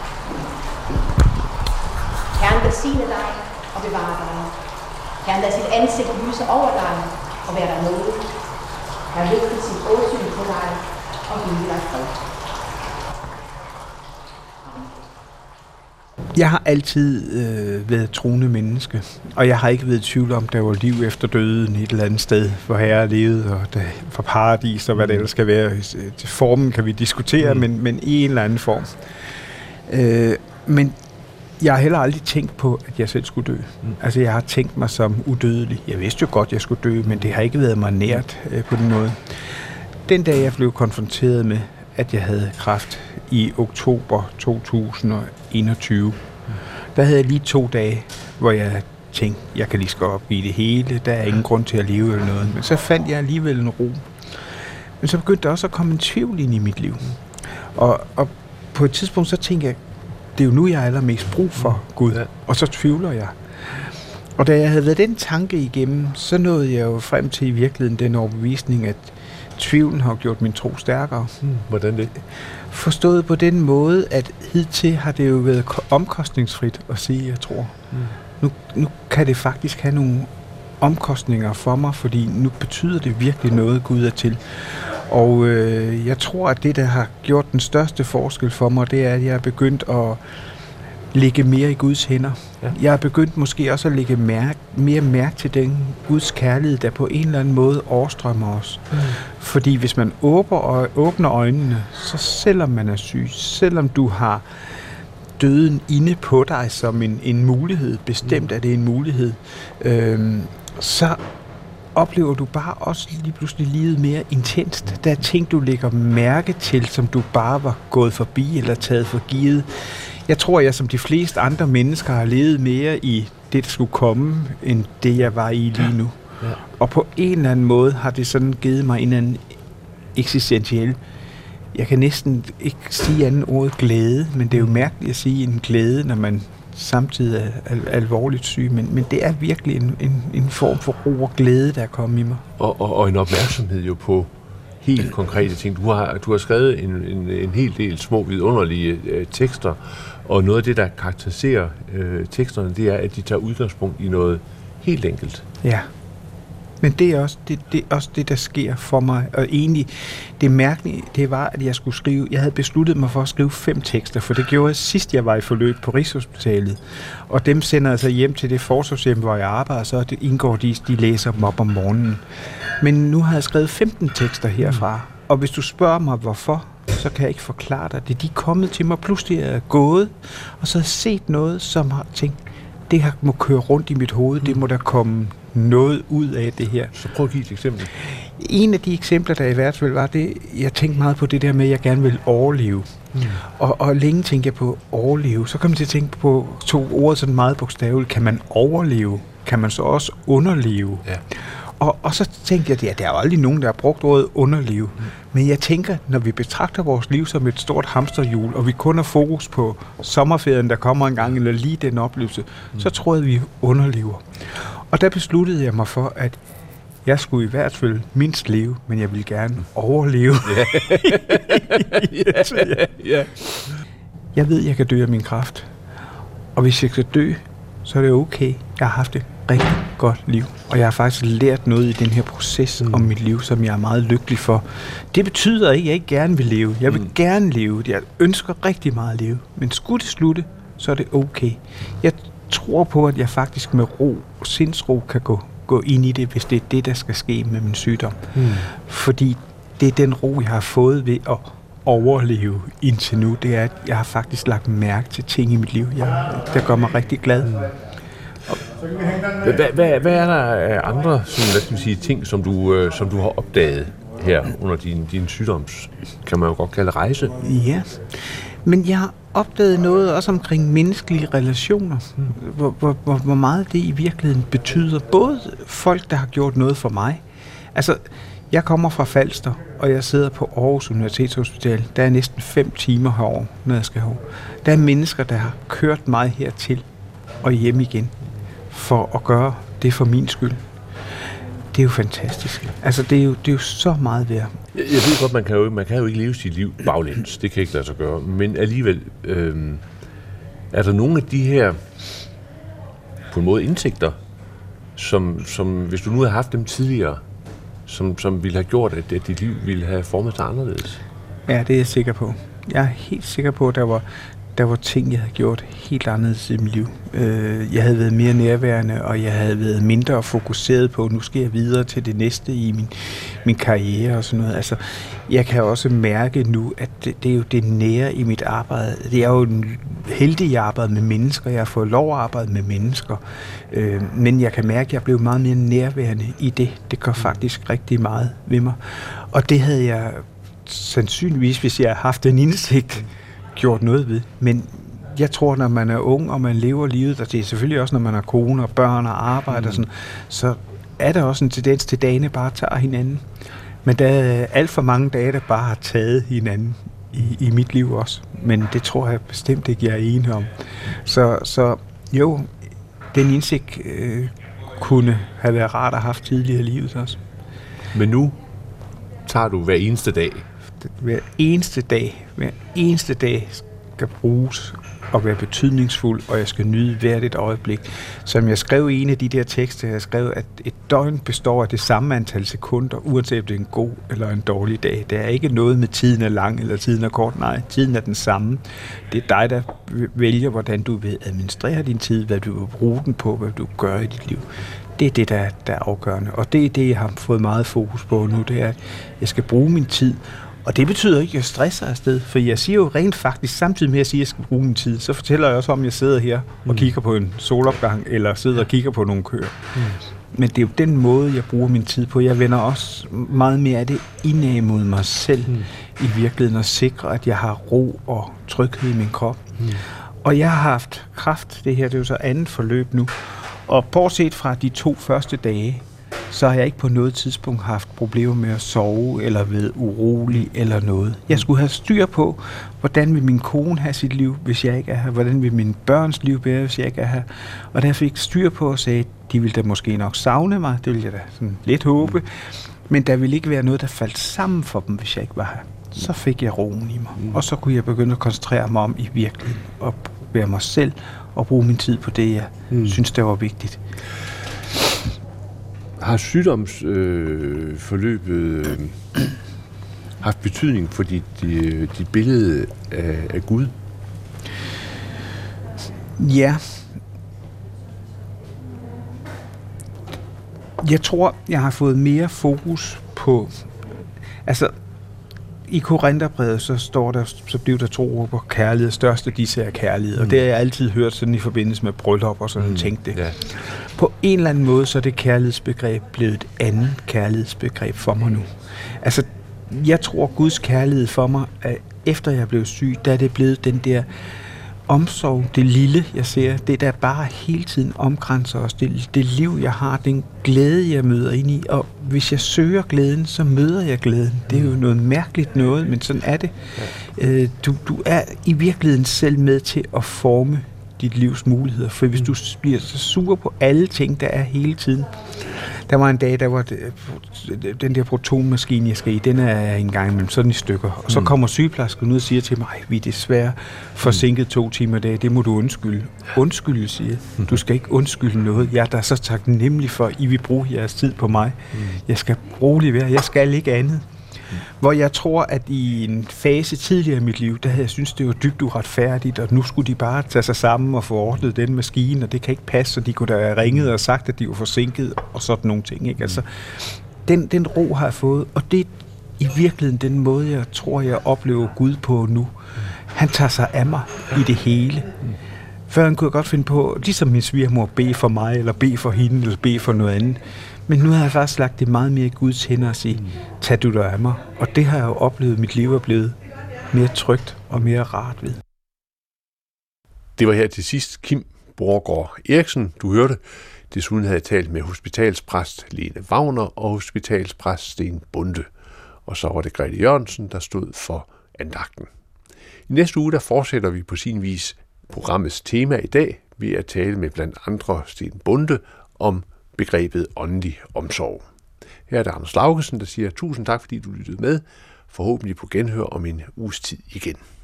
Herren velsigne dig og bevare dig. Herren lad sit ansigt lyse over dig og være dig nåde. Herren løfte sit åsyn på dig og give dig fred. Jeg har altid været troende menneske, og jeg har ikke været i tvivl om, der var liv efter døden et eller andet sted, hvor Herre levede, og der var paradis, og hvad det ellers skal være. Formen kan vi diskutere, men i en eller anden form. Men jeg har heller aldrig tænkt på, at jeg selv skulle dø. Altså, jeg har tænkt mig som udødelig. Jeg vidste jo godt, at jeg skulle dø, men det har ikke været mig nært på den måde. Den dag, jeg blev konfronteret med, at jeg havde kræft i oktober 2021, der havde jeg lige 2 dage, hvor jeg tænkte, jeg kan lige så godt opgive det hele, der er ingen grund til at leve eller noget. Men så fandt jeg alligevel en ro. Men så begyndte der også at komme en tvivl ind i mit liv. Og på et tidspunkt så tænkte jeg, det er jo nu, jeg har allermest brug for Gud. Og så tvivler jeg. Og da jeg havde været den tanke igennem, så nåede jeg jo frem til i virkeligheden den overbevisning, at tvivlen har gjort min tro stærkere. Hvordan det? Forstået på den måde, at hidtil har det jo været omkostningsfrit at sige, at jeg tror. Nu kan det faktisk have nogle omkostninger for mig, fordi nu betyder det virkelig noget, Gud er til. Og jeg tror, at det, der har gjort den største forskel for mig, det er, at jeg er begyndt at lægge mere i Guds hænder. Ja. Jeg er begyndt måske også at lægge mere mærke til den Guds kærlighed, der på en eller anden måde overstrømmer os. Fordi hvis man åbner øjnene, så selvom man er syg, selvom du har døden inde på dig som en mulighed, bestemt er det en mulighed, så oplever du bare også lige pludselig livet mere intenst. Der er ting, du lægger mærke til, som du bare var gået forbi eller taget for givet. Jeg tror, jeg som de fleste andre mennesker har levet mere i det, der skulle komme, end det, jeg var i lige nu. Ja. Og på en eller anden måde har det sådan givet mig en anden eksistentiel. Jeg kan næsten ikke sige andet ord glæde, men det er jo mærkeligt at sige en glæde, når man samtidig er alvorligt syg. Men det er virkelig en form for ro og glæde, der er kommet i mig. Og en opmærksomhed jo på helt konkrete ting. Du har skrevet en hel del små vidunderlige tekster, og noget af det, der karakteriserer teksterne, det er, at de tager udgangspunkt i noget helt enkelt. Ja, men det er også det, der sker for mig. Og egentlig, det mærkelige, det var, at jeg havde besluttet mig for at skrive 5 tekster, for det gjorde jeg sidst, jeg var i forløb på Rigshospitalet. Og dem sender jeg så hjem til det forsorgshjem, hvor jeg arbejder, så det indgår de læser dem op om morgenen. Men nu har jeg skrevet 15 tekster herfra, og hvis du spørger mig, hvorfor, så kan jeg ikke forklare dig det. De er kommet til mig, pludselig er jeg gået, og så har jeg set noget, som har tænkt, det her må køre rundt i mit hoved, det må der komme noget ud af det her. Så prøv at give et eksempel. En af de eksempler, der i hvert fald var det, jeg tænkte meget på det der med, at jeg gerne vil overleve. Og længe tænkte jeg på overleve. Så kom jeg til at tænke på 2 ord sådan meget bogstaveligt. Kan man overleve? Kan man så også underleve? Ja. Og så tænkte jeg, at der er jo aldrig nogen, der har brugt ordet underleve. Men jeg tænker, når vi betragter vores liv som et stort hamsterhjul, og vi kun har fokus på sommerferien, der kommer en gang, eller lige den oplevelse, så tror jeg, at vi underlever. Og der besluttede jeg mig for, at jeg skulle i hvert fald mindst leve, men jeg ville gerne overleve. Ja. Jeg ved, at jeg kan dø af min kræft. Og hvis jeg skal dø, så er det okay. Jeg har haft et rigtig godt liv. Og jeg har faktisk lært noget i den her proces om mit liv, som jeg er meget lykkelig for. Det betyder ikke, at jeg ikke gerne vil leve. Jeg vil gerne leve. Jeg ønsker rigtig meget at leve. Men skulle det slutte, så er det okay. Jeg tror på, at jeg faktisk med ro, sindsro, kan gå ind i det, hvis det er det, der skal ske med min sygdom. Fordi det er den ro, jeg har fået ved at overleve indtil nu. Det er, at jeg har faktisk lagt mærke til ting i mit liv, der gør mig rigtig glad. Hvad er der af andre ting, som du har opdaget her under din sygdoms, kan man jo godt kalde rejse? Ja, men jeg har opdaget noget også omkring menneskelige relationer, hvor meget det i virkeligheden betyder. Både folk, der har gjort noget for mig, Altså, jeg kommer fra Falster, og jeg sidder på Aarhus Universitetshospital. Der er næsten 5 timer herovre, når jeg skal herovre. Der er mennesker, der har kørt mig hertil og hjem igen, for at gøre det for min skyld. Det er jo fantastisk. Altså, det er jo så meget værd. Jeg ved godt, man kan jo ikke leve sit liv baglæns. Det kan ikke lade sig gøre. Men alligevel, er der nogle af de her, på en måde, indsigter, som hvis du nu havde haft dem tidligere, som ville have gjort, at dit liv ville have formet sig anderledes? Ja, det er jeg sikker på. Jeg er helt sikker på, at der var ting, jeg havde gjort helt anderledes i mit liv. Jeg havde været mere nærværende, og jeg havde været mindre fokuseret på, nu skal jeg videre til det næste i min karriere og sådan noget. Altså, jeg kan også mærke nu, at det er jo det nære i mit arbejde. Det er jo heldigt, at jeg arbejder med mennesker. Jeg har fået lov at arbejde med mennesker. Men jeg kan mærke, at jeg blev meget mere nærværende i det. Det gør faktisk rigtig meget ved mig. Og det havde jeg sandsynligvis, hvis jeg havde haft en indsigt, gjort noget ved. Men jeg tror, når man er ung, og man lever livet, og det er selvfølgelig også, når man har kone og børn og arbejde og sådan, så er der også en tendens til, dagene bare tager hinanden. Men der er alt for mange dage, der bare har taget hinanden i mit liv også. Men det tror jeg bestemt ikke, jeg er enig om. Så jo, den indsigt kunne have været rart at have haft tidligere i livet også. Men nu tager du hver eneste dag? Hver eneste dag skal bruges og være betydningsfuld, og jeg skal nyde hvert et øjeblik. Som jeg skrev i en af de der tekster, jeg skrev, at et døgn består af det samme antal sekunder, uanset om det er en god eller en dårlig dag. Der er ikke noget med tiden er lang eller tiden er kort. Nej, tiden er den samme. Det er dig, der vælger, hvordan du vil administrere din tid, hvad du vil bruge den på, hvad du gør i dit liv. Det er det, der er afgørende. Og det er det, jeg har fået meget fokus på nu, det er, at jeg skal bruge min tid. Og det betyder ikke, at jeg stresser afsted, for jeg siger jo rent faktisk, samtidig med at sige, at jeg skal bruge min tid, så fortæller jeg også om, at jeg sidder her og kigger på en solopgang, eller sidder og kigger på nogle køer. Men det er jo den måde, jeg bruger min tid på. Jeg vender også meget mere af det indad mod mig selv i virkeligheden, og sikrer, at jeg har ro og tryghed i min krop. Og jeg har haft kræft, det her, det er jo så andet forløb nu, og bortset fra de 2 første dage, så har jeg ikke på noget tidspunkt haft problemer med at sove, eller været urolig, eller noget. Jeg skulle have styr på, hvordan vil min kone have sit liv, hvis jeg ikke er her? Hvordan vil mine børns liv være, hvis jeg ikke er her? Og da jeg fik styr på og sagde, de ville da måske nok savne mig, det ville jeg da sådan lidt håbe, men der ville ikke være noget, der faldt sammen for dem, hvis jeg ikke var her. Så fik jeg roen i mig, og så kunne jeg begynde at koncentrere mig om i virkeligheden, og være mig selv, og bruge min tid på det, jeg synes, det var vigtigt. Har sygdomsforløbet haft betydning for dit billede af Gud? Ja. Jeg tror, jeg har fået mere fokus på... Altså, i Korintherbrevet, så blev der 2 ord på kærlighed. Største disse er kærlighed. Og det har jeg altid hørt sådan i forbindelse med bryllup og sådan tænkt det. Ja. På en eller anden måde, så er det kærlighedsbegreb blevet et andet kærlighedsbegreb for mig nu. Altså, jeg tror, Guds kærlighed for mig, at efter jeg blev syg, der er det blevet den der omsorg, det lille, jeg ser, det der bare hele tiden omkranser os, det liv, jeg har, den glæde, jeg møder ind i, og hvis jeg søger glæden, så møder jeg glæden. Det er jo noget mærkeligt noget, men sådan er det. Du er i virkeligheden selv med til at forme dit livs muligheder, for hvis du bliver så sur på alle ting, der er hele tiden. Der var en dag, der var den der protonmaskine, jeg skal i, den er en gang imellem sådan i stykker. Og så kommer sygeplejersken ud og siger til mig, vi er desværre forsinket 2 timer i dag, det må du undskylde. Undskylde, siger jeg. Du skal ikke undskylde noget. Jeg er da så taknemmelig for, at I vil bruge jeres tid på mig. Jeg skal roligt være, jeg skal ikke andet. Hvor jeg tror, at i en fase tidligere i mit liv, der havde jeg synes det var dybt uretfærdigt, og nu skulle de bare tage sig sammen og få ordnet den maskine, og det kan ikke passe, så de kunne da have ringet og sagt, at de var forsinket, og sådan nogle ting. Ikke? Altså, den ro har jeg fået, og det er i virkeligheden den måde, jeg tror, jeg oplever Gud på nu. Han tager sig af mig i det hele. Før kunne jeg godt finde på, ligesom min svigermor, bede for mig, eller bede for hende, eller bede for noget andet. Men nu har jeg faktisk lagt det meget mere i Guds hænder og sige, tag du dig af mig. Og det har jeg jo oplevet, mit liv er blevet mere trygt og mere rart ved. Det var her til sidst Kim Borregaard Eriksen, du hørte. Desuden havde jeg talt med hospitalspræst Lene Wagner og hospitalspræst Sten Bunde. Og så var det Grete Jørgensen, der stod for andagten. I næste uge der fortsætter vi på sin vis programmets tema i dag ved at tale med blandt andre Sten Bunde om begrebet åndelig omsorg. Her er det Anders Laugesen, der siger tusind tak, fordi du lyttede med. Forhåbentlig på genhør om en uges tid igen.